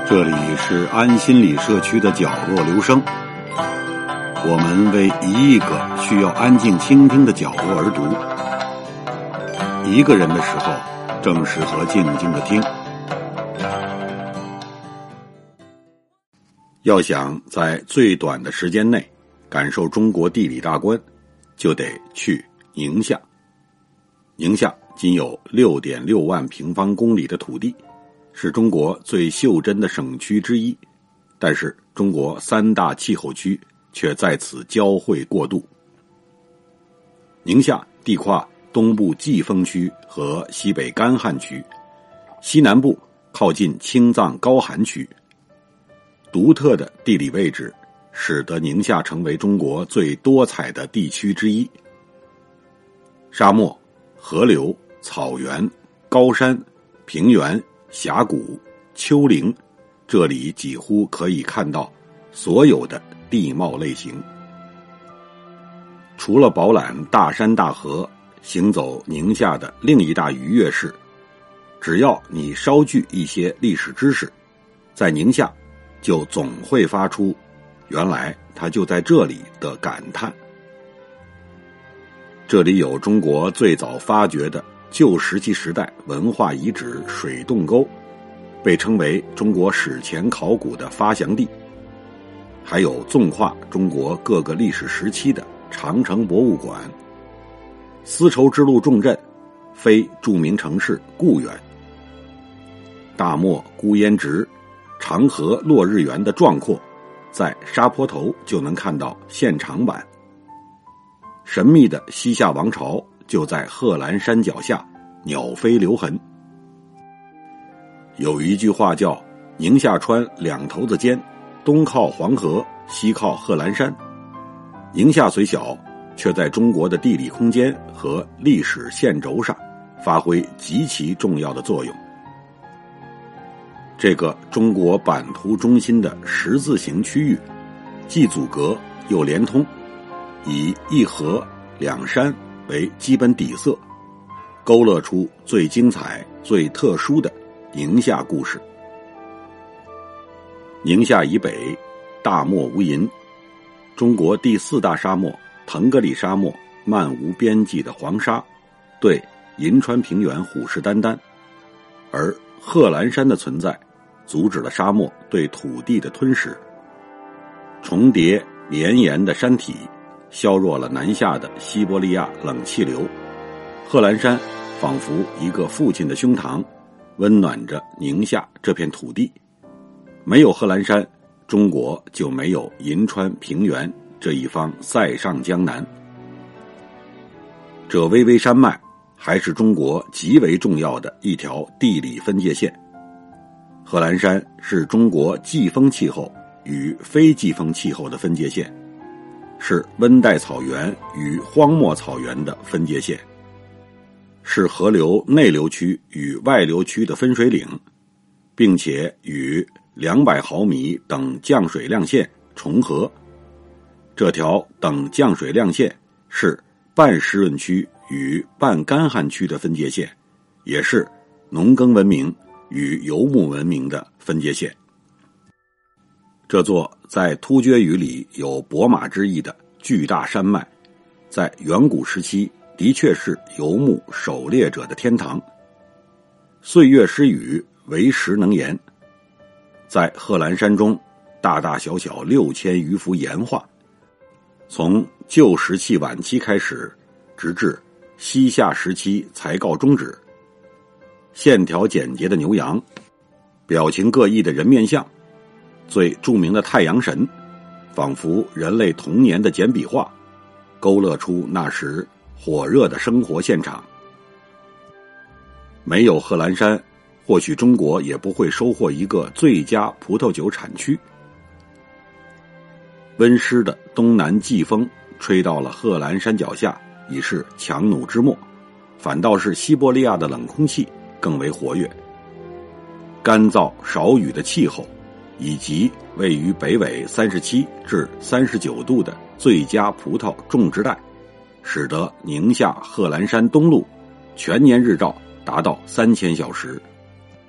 这里是安心理社区的角落留声，我们为一亿个需要安静倾听的角落而读。一个人的时候，正适合静静的听。要想在最短的时间内感受中国地理大观，就得去宁夏。宁夏仅有 6.6 万平方公里的土地，是中国最袖珍的省区之一，但是中国3大气候区却在此交汇过渡。宁夏地跨东部季风区和西北干旱区，西南部靠近青藏高寒区。独特的地理位置使得宁夏成为中国最多彩的地区之一。沙漠、河流、草原、高山、平原、峡谷、丘陵，这里几乎可以看到所有的地貌类型。除了饱览大山大河，行走宁夏的另一大愉悦是，只要你稍具一些历史知识，在宁夏就总会发出原来它就在这里的感叹。这里有中国最早发掘的旧石器时代文化遗址水洞沟，被称为中国史前考古的发祥地，还有纵跨中国各个历史时期的长城博物馆，丝绸之路重镇，非著名城市固原，大漠孤烟直，长河落日圆的壮阔，在沙坡头就能看到现场版。神秘的西夏王朝就在贺兰山脚下，鸟飞留痕。有一句话叫宁夏川两头子尖，东靠黄河，西靠贺兰山。宁夏虽小，却在中国的地理空间和历史线轴上发挥极其重要的作用。这个中国版图中心的十字形区域，既阻隔又连通，以一河两山为基本底色，勾勒出最精彩最特殊的宁夏故事。宁夏以北大漠无垠，中国第4大沙漠腾格里沙漠漫无边际的黄沙对银川平原虎视眈眈，而贺兰山的存在阻止了沙漠对土地的吞噬。重叠绵延的山体削弱了南下的西伯利亚冷气流，贺兰山仿佛一个父亲的胸膛，温暖着宁夏这片土地。没有贺兰山，中国就没有银川平原这一方塞上江南。这巍巍山脉还是中国极为重要的一条地理分界线。贺兰山是中国季风气候与非季风气候的分界线，是温带草原与荒漠草原的分界线，是河流内流区与外流区的分水岭，并且与200毫米等降水量线重合。这条等降水量线是半湿润区与半干旱区的分界线，也是农耕文明与游牧文明的分界线。这座在突厥语里有伯马之意的巨大山脉，在远古时期的确是游牧狩猎者的天堂。岁月施雨，为时能言。在贺兰山中，大大小小6000余幅岩画，从旧石器晚期开始，直至西夏时期才告终止。线条简洁的牛羊，表情各异的人面像，最著名的太阳神，仿佛人类童年的简笔画，勾勒出那时火热的生活现场。没有贺兰山，或许中国也不会收获一个最佳葡萄酒产区。温湿的东南季风吹到了贺兰山脚下，已是强弩之末，反倒是西伯利亚的冷空气更为活跃。干燥少雨的气候，以及位于北纬37至39度的最佳葡萄种植带，使得宁夏贺兰山东麓全年日照达到3000小时。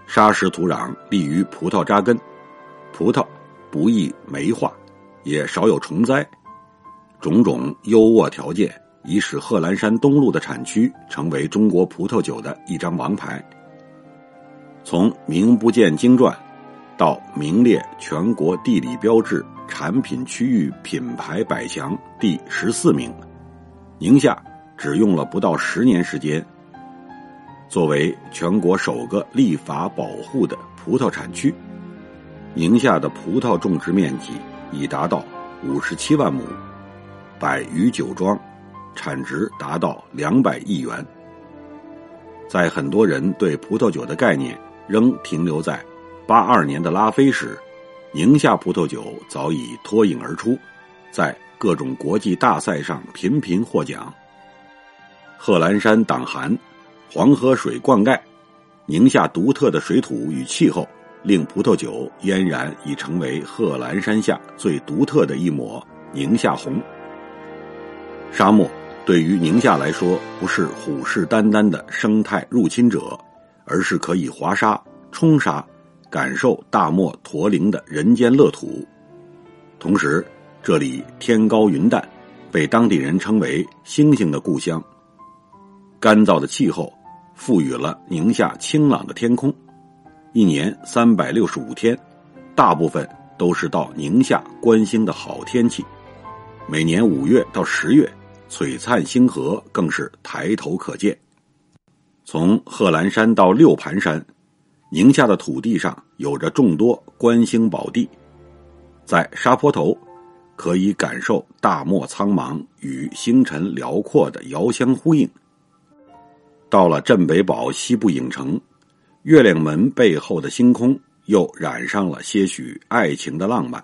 沙石土壤利于葡萄扎根，葡萄不易霉化，也少有虫灾，种种优渥条件已使贺兰山东麓的产区成为中国葡萄酒的一张王牌。从名不见经传到名列全国地理标志产品区域品牌百强第14名，宁夏只用了不到10年时间。作为全国首个立法保护的葡萄产区，宁夏的葡萄种植面积已达到57万亩，100余酒庄，产值达到200亿元。在很多人对葡萄酒的概念仍停留在82年的拉菲时，宁夏葡萄酒早已脱颖而出，在各种国际大赛上频频获奖。贺兰山挡寒，黄河水灌溉，宁夏独特的水土与气候令葡萄酒俨然已成为贺兰山下最独特的一抹宁夏红。沙漠对于宁夏来说不是虎视眈眈的生态入侵者，而是可以滑沙、冲沙，感受大漠驼铃的人间乐土。同时，这里天高云淡，被当地人称为星星的故乡。干燥的气候赋予了宁夏清朗的天空，一年365天，大部分都是到宁夏观星的好天气。每年5月到10月，璀璨星河更是抬头可见。从贺兰山到六盘山，宁夏的土地上有着众多观星宝地，在沙坡头可以感受大漠苍茫与星辰辽阔的遥相呼应。到了镇北堡西部影城，月亮门背后的星空又染上了些许爱情的浪漫。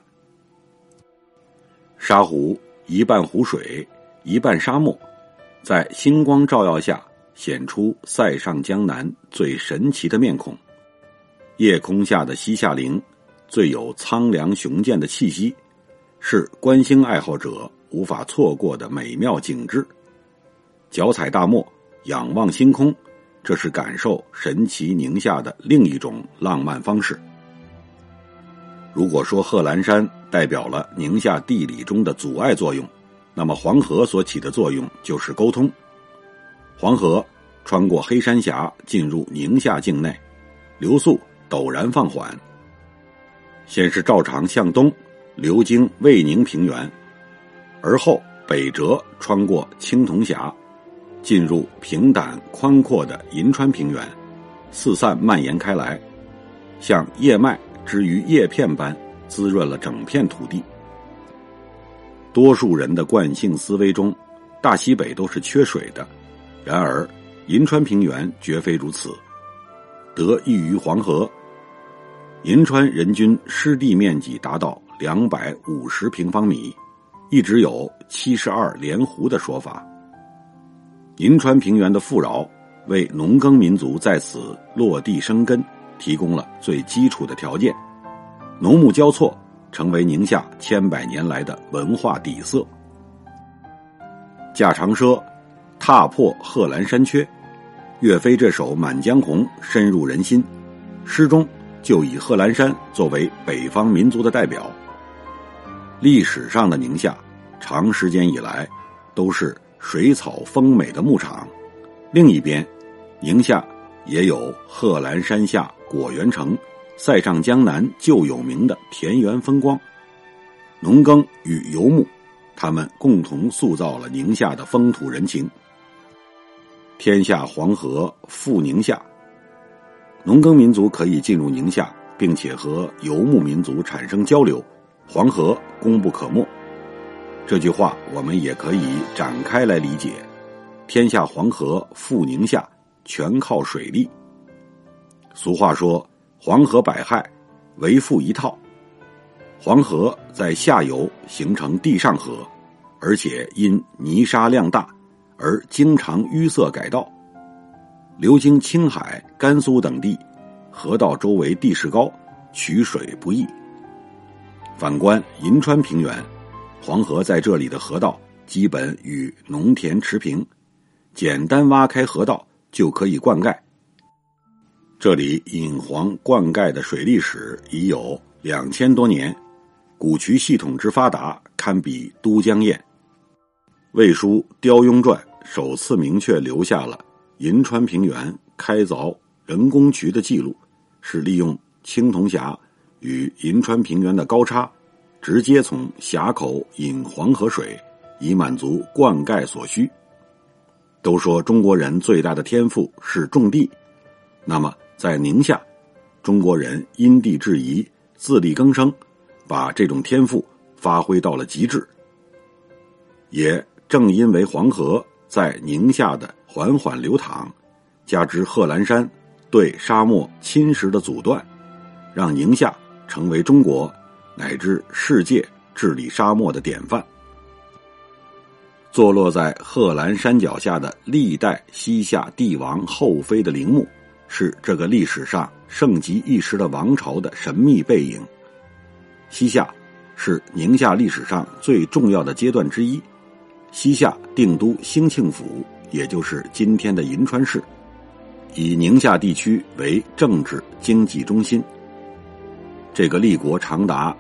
沙湖一半湖水，一半沙漠，在星光照耀下显出塞上江南最神奇的面孔。夜空下的西夏陵最有苍凉雄健的气息，是观星爱好者无法错过的美妙景致。脚踩大漠，仰望星空，这是感受神奇宁夏的另一种浪漫方式。如果说贺兰山代表了宁夏地理中的阻碍作用，那么黄河所起的作用就是沟通。黄河穿过黑山峡进入宁夏境内，流速陡然放缓，先是照常向东流经渭宁平原，而后北折穿过青铜峡，进入平坦宽阔的银川平原，四散蔓延开来，像叶脉之于叶片般滋润了整片土地。多数人的惯性思维中，大西北都是缺水的，然而银川平原绝非如此。得益于黄河，银川人均湿地面积达到250平方米，一直有72连湖的说法。银川平原的富饶为农耕民族在此落地生根提供了最基础的条件，农牧交错成为宁夏千百年来的文化底色。驾长奢，踏破贺兰山缺，岳飞这首《满江红》深入人心，诗中就以贺兰山作为北方民族的代表。历史上的宁夏长时间以来都是水草丰美的牧场，另一边宁夏也有贺兰山下果园城，塞上江南旧有名的田园风光。农耕与游牧，他们共同塑造了宁夏的风土人情。天下黄河复宁夏，农耕民族可以进入宁夏，并且和游牧民族产生交流，黄河功不可没。这句话我们也可以展开来理解，天下黄河复宁夏，全靠水利。俗话说，黄河百害，为富一套。黄河在下游形成地上河，而且因泥沙量大而经常淤塞改道，流经青海、甘肃等地，河道周围地势高，取水不易。反观银川平原，黄河在这里的河道基本与农田持平，简单挖开河道就可以灌溉。 这里引黄灌溉的水利史已有2000多年，古渠系统之发达，堪比都江堰。魏书《雕庸传》首次明确留下了银川平原开凿人工渠的记录，是利用青铜峡与银川平原的高差，直接从峡口引黄河水，以满足灌溉所需。都说中国人最大的天赋是种地，那么在宁夏，中国人因地制宜，自力更生，把这种天赋发挥到了极致。也正因为黄河在宁夏的缓缓流淌，加之贺兰山对沙漠侵蚀的阻断，让宁夏成为中国乃至世界治理沙漠的典范。坐落在贺兰山脚下的历代西夏帝王后妃的陵墓，是这个历史上盛极一时的王朝的神秘背影。西夏是宁夏历史上最重要的阶段之一，西夏定都兴庆府，也就是今天的银川市，以宁夏地区为政治经济中心。这个立国长达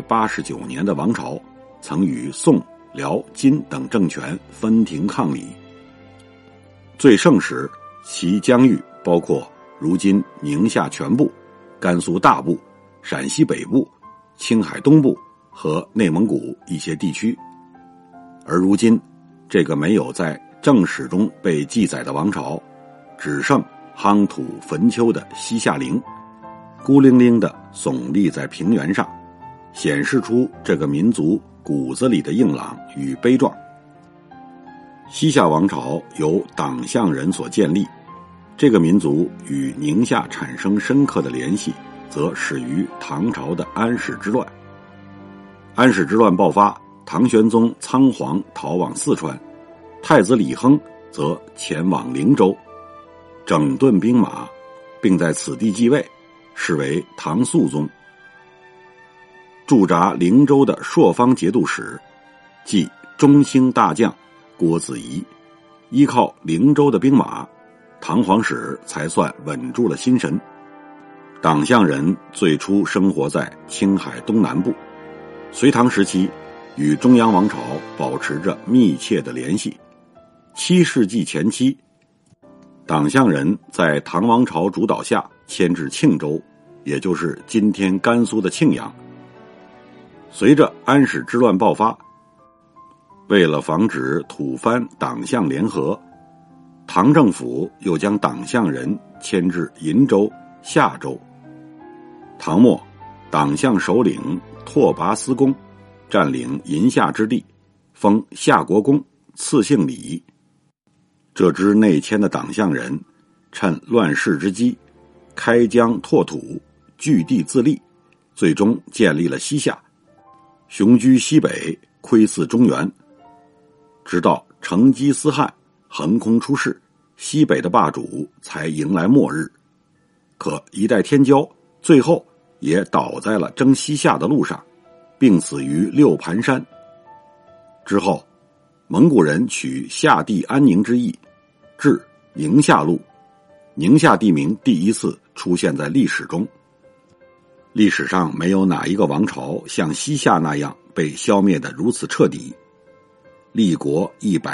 189年的王朝，曾与宋、辽、金等政权分庭抗礼。最盛时，其疆域包括如今宁夏全部、甘肃大部、陕西北部、青海东部和内蒙古一些地区。而如今，这个没有在正史中被记载的王朝，只剩夯土坟丘的西夏陵，孤零零地耸立在平原上，显示出这个民族骨子里的硬朗与悲壮。西夏王朝由党项人所建立，这个民族与宁夏产生深刻的联系，则始于唐朝的安史之乱。安史之乱爆发，唐玄宗仓皇逃往四川，太子李亨则前往灵州，整顿兵马，并在此地继位，是为唐肃宗。驻扎灵州的朔方节度使，即中兴大将郭子仪，依靠灵州的兵马，唐皇室才算稳住了心神。党项人最初生活在青海东南部，隋唐时期与中央王朝保持着密切的联系。7世纪前期，党项人在唐王朝主导下迁至庆州，也就是今天甘肃的庆阳。随着安史之乱爆发，为了防止吐蕃党项联合，唐政府又将党项人迁至银州、夏州。唐末，党项首领拓跋思恭占领银夏之地，封夏国公，赐姓李。这支内迁的党项人趁乱世之机，开疆拓土，据地自立，最终建立了西夏，雄居西北，窥伺中原。直到成吉思汗横空出世，西北的霸主才迎来末日。可一代天骄最后也倒在了征西夏的路上，病死于六盘山。之后，蒙古人取夏地安宁之意，置宁夏路，宁夏地名第一次出现在历史中。历史上没有哪一个王朝像西夏那样被消灭得如此彻底。立国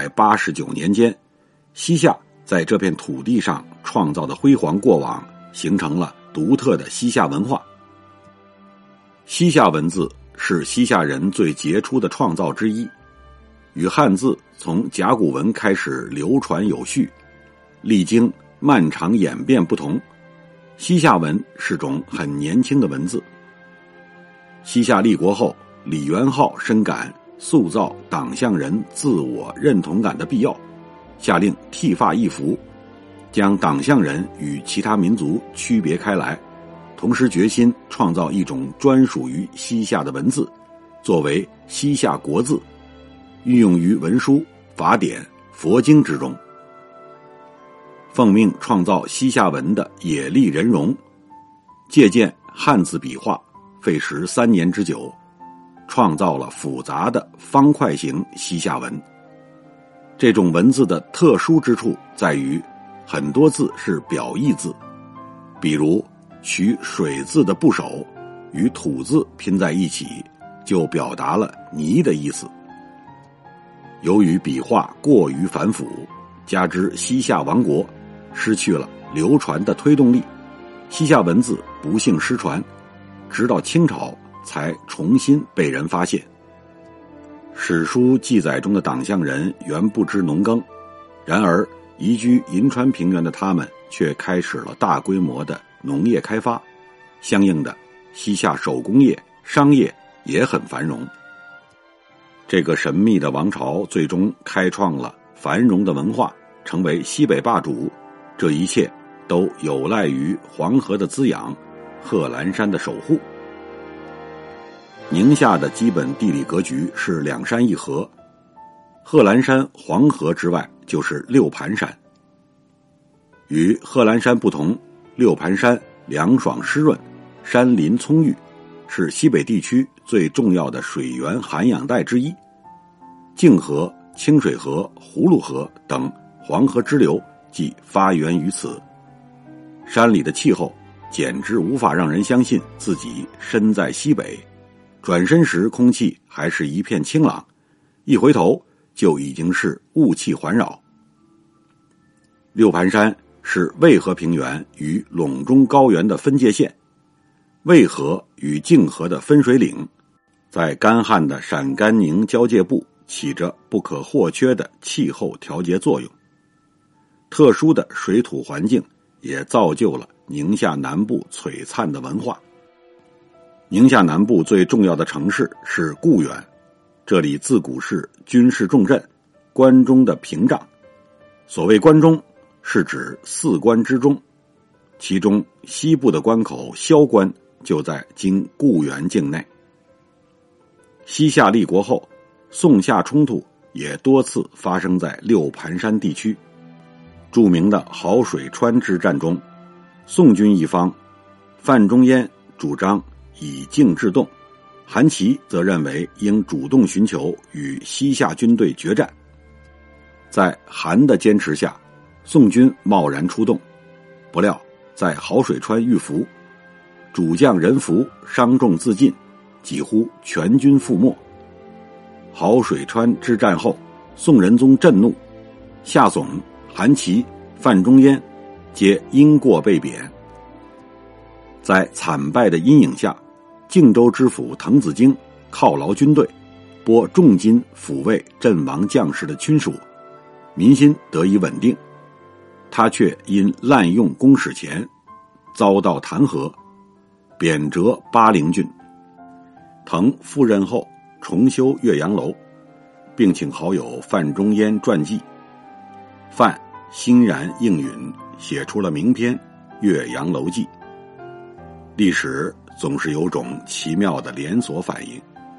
189年间，西夏在这片土地上创造的辉煌过往，形成了独特的西夏文化。西夏文字是西夏人最杰出的创造之一，与汉字从甲骨文开始流传有序，历经漫长演变不同，西夏文是种很年轻的文字。西夏立国后，李元昊深感塑造党项人自我认同感的必要，下令剃发易服，将党项人与其他民族区别开来，同时决心创造一种专属于西夏的文字，作为西夏国字，运用于文书、法典、佛经之中。奉命创造西夏文的野利仁荣，借鉴汉字笔画，费时3年之久，创造了复杂的方块形西夏文。这种文字的特殊之处在于，很多字是表意字， 比如取水字的部首与土字拼在一起，就表达了泥的意思。由于笔画过于繁复，加之西夏亡国，失去了流传的推动力，西夏文字不幸失传，直到清朝才重新被人发现。史书记载中的党项人原不知农耕，然而移居银川平原的他们却开始了大规模的农业开发，相应的西夏手工业、商业也很繁荣。这个神秘的王朝最终开创了繁荣的文化，成为西北霸主，这一切都有赖于黄河的滋养，贺兰山的守护。宁夏的基本地理格局是两山一河，贺兰山黄河之外就是六盘山。与贺兰山不同，六盘山凉爽湿润，山林葱郁，是西北地区最重要的水源涵养带之一。泾河、清水河、葫芦河等黄河支流即发源于此。山里的气候简直无法让人相信自己身在西北，转身时空气还是一片清朗，一回头就已经是雾气环绕。六盘山是渭河平原与陇中高原的分界线，渭河与泾河的分水岭，在干旱的陕甘宁交界部起着不可或缺的气候调节作用。特殊的水土环境也造就了宁夏南部璀璨的文化。宁夏南部最重要的城市是固原，这里自古是军事重镇，关中的屏障。所谓关中，是指四关之中，其中西部的关口萧关就在今固原境内。西夏立国后，宋夏冲突也多次发生在六盘山地区。著名的好水川之战中，宋军一方，范仲淹主张以静制动，韩琦则认为应主动寻求与西夏军队决战。在韩的坚持下，宋军贸然出动，不料在好水川遇伏，主将任福伤重自尽，几乎全军覆没。好水川之战后，宋仁宗震怒，夏竦、韩琦、范仲淹皆因过被贬。在惨败的阴影下，靖州知府滕子京犒劳军队，拨重金抚慰阵亡将士的亲属，民心得以稳定。他却因滥用公使钱遭到弹劾，贬谪巴陵郡。滕赴任后重修岳阳楼，并请好友范仲淹传记。范欣然应允，写出了名篇《岳阳楼记》。历史总是有种奇妙的连锁反应。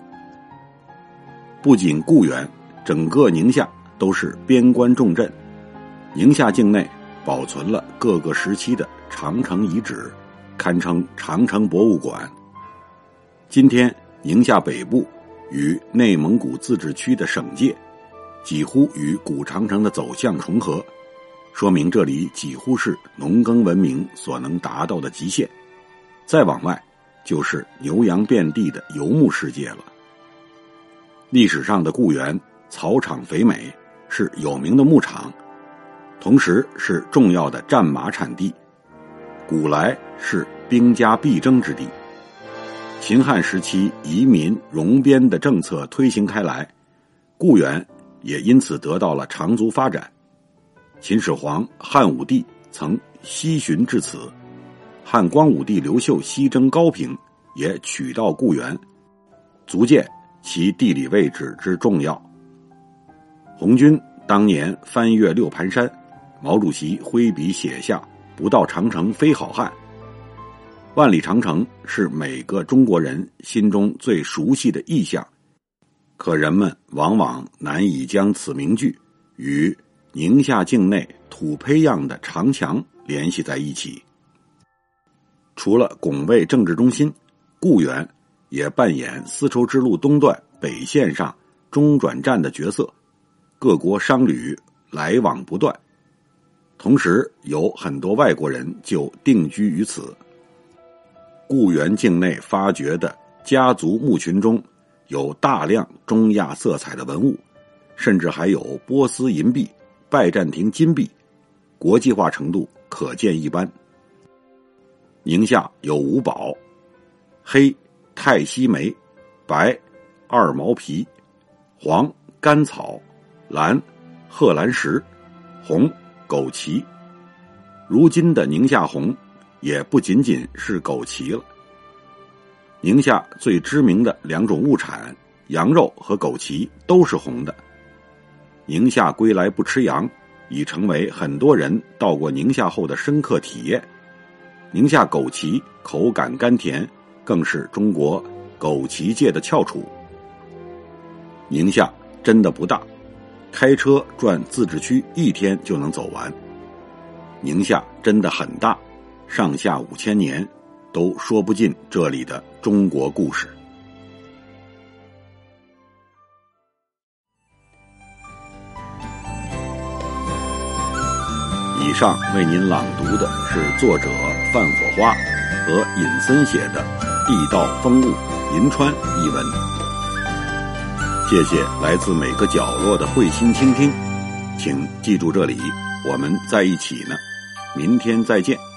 不仅固原，整个宁夏都是边关重镇。宁夏境内保存了各个时期的长城遗址，堪称长城博物馆。今天宁夏北部与内蒙古自治区的省界几乎与古长城的走向重合，说明这里几乎是农耕文明所能达到的极限。再往外就是牛羊遍地的游牧世界了。历史上的固原草场肥美，是有名的牧场，同时是重要的战马产地，古来是兵家必争之地。秦汉时期移民戎边的政策推行开来，固原也因此得到了长足发展。秦始皇汉武帝曾西巡至此，汉光武帝刘秀西征高平也取道固原，足见其地理位置之重要。红军当年翻越六盘山，毛主席挥笔写下“不到长城非好汉”。万里长城是每个中国人心中最熟悉的意象，可人们往往难以将此名句与宁夏境内土坯样的长墙联系在一起。除了拱卫政治中心，固原也扮演丝绸之路东段北线上中转站的角色，各国商旅来往不断。 同时有很多外国人就定居于此。故园境内发掘的家族墓群中有大量中亚色彩的文物，甚至还有波斯银币、拜占庭金币，国际化程度可见一斑。宁夏有五宝：黑泰西梅，白二毛皮，黄甘草，蓝贺兰石，红枸杞。如今的宁夏红也不仅仅是枸杞了。宁夏最知名的两种物产，羊肉和枸杞都是红的。宁夏归来不吃羊已成为很多人到过宁夏后的深刻体验。宁夏枸杞口感甘甜，更是中国枸杞界的翘楚。宁夏真的不大，开车转自治区1天就能走完。宁夏真的很大，上下5000年都说不尽这里的中国故事。以上为您朗读的是作者范火花和尹森写的《地道风物银川》一文。谢谢来自每个角落的慧心倾听，请记住这里，我们在一起呢。明天再见。